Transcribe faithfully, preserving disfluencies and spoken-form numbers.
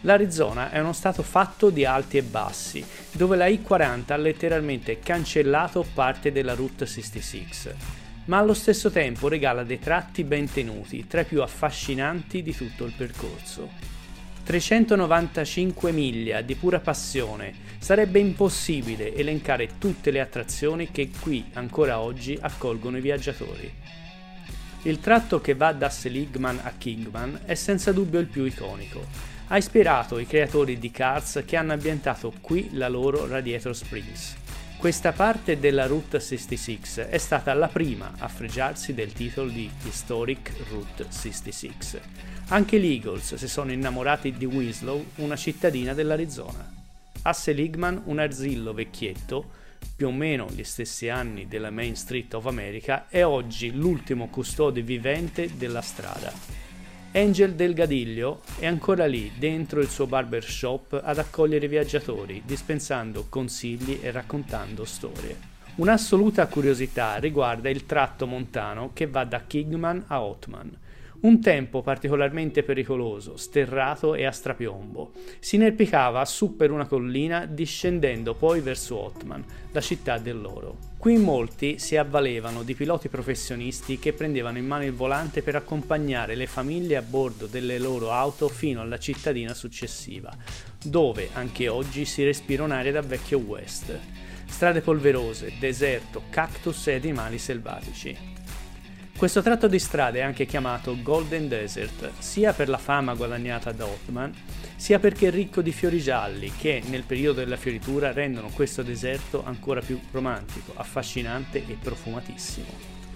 L'Arizona è uno stato fatto di alti e bassi, dove la I quaranta ha letteralmente cancellato parte della Route sessantasei, ma allo stesso tempo regala dei tratti ben tenuti, tra i più affascinanti di tutto il percorso. trecentonovantacinque miglia di pura passione, sarebbe impossibile elencare tutte le attrazioni che qui ancora oggi accolgono i viaggiatori. Il tratto che va da Seligman a Kingman è senza dubbio il più iconico. Ha ispirato i creatori di Cars che hanno ambientato qui la loro Radiator Springs. Questa parte della Route sessantasei è stata la prima a fregiarsi del titolo di Historic Route sessantasei. Anche gli Eagles si sono innamorati di Winslow, una cittadina dell'Arizona. A Seligman un arzillo vecchietto, più o meno gli stessi anni della Main Street of America, è oggi l'ultimo custode vivente della strada. Angel Delgadillo è ancora lì dentro il suo barbershop ad accogliere i viaggiatori, dispensando consigli e raccontando storie. Un'assoluta curiosità riguarda il tratto montano che va da Kingman a Ottman. Un tempo particolarmente pericoloso, sterrato e a strapiombo. Si inerpicava su per una collina discendendo poi verso Ottman, la città dell'oro. Qui molti si avvalevano di piloti professionisti che prendevano in mano il volante per accompagnare le famiglie a bordo delle loro auto fino alla cittadina successiva, dove anche oggi si respira un'aria da vecchio West. Strade polverose, deserto, cactus ed animali selvatici. Questo tratto di strada è anche chiamato Golden Desert, sia per la fama guadagnata da Ottman, sia perché è ricco di fiori gialli che, nel periodo della fioritura, rendono questo deserto ancora più romantico, affascinante e profumatissimo.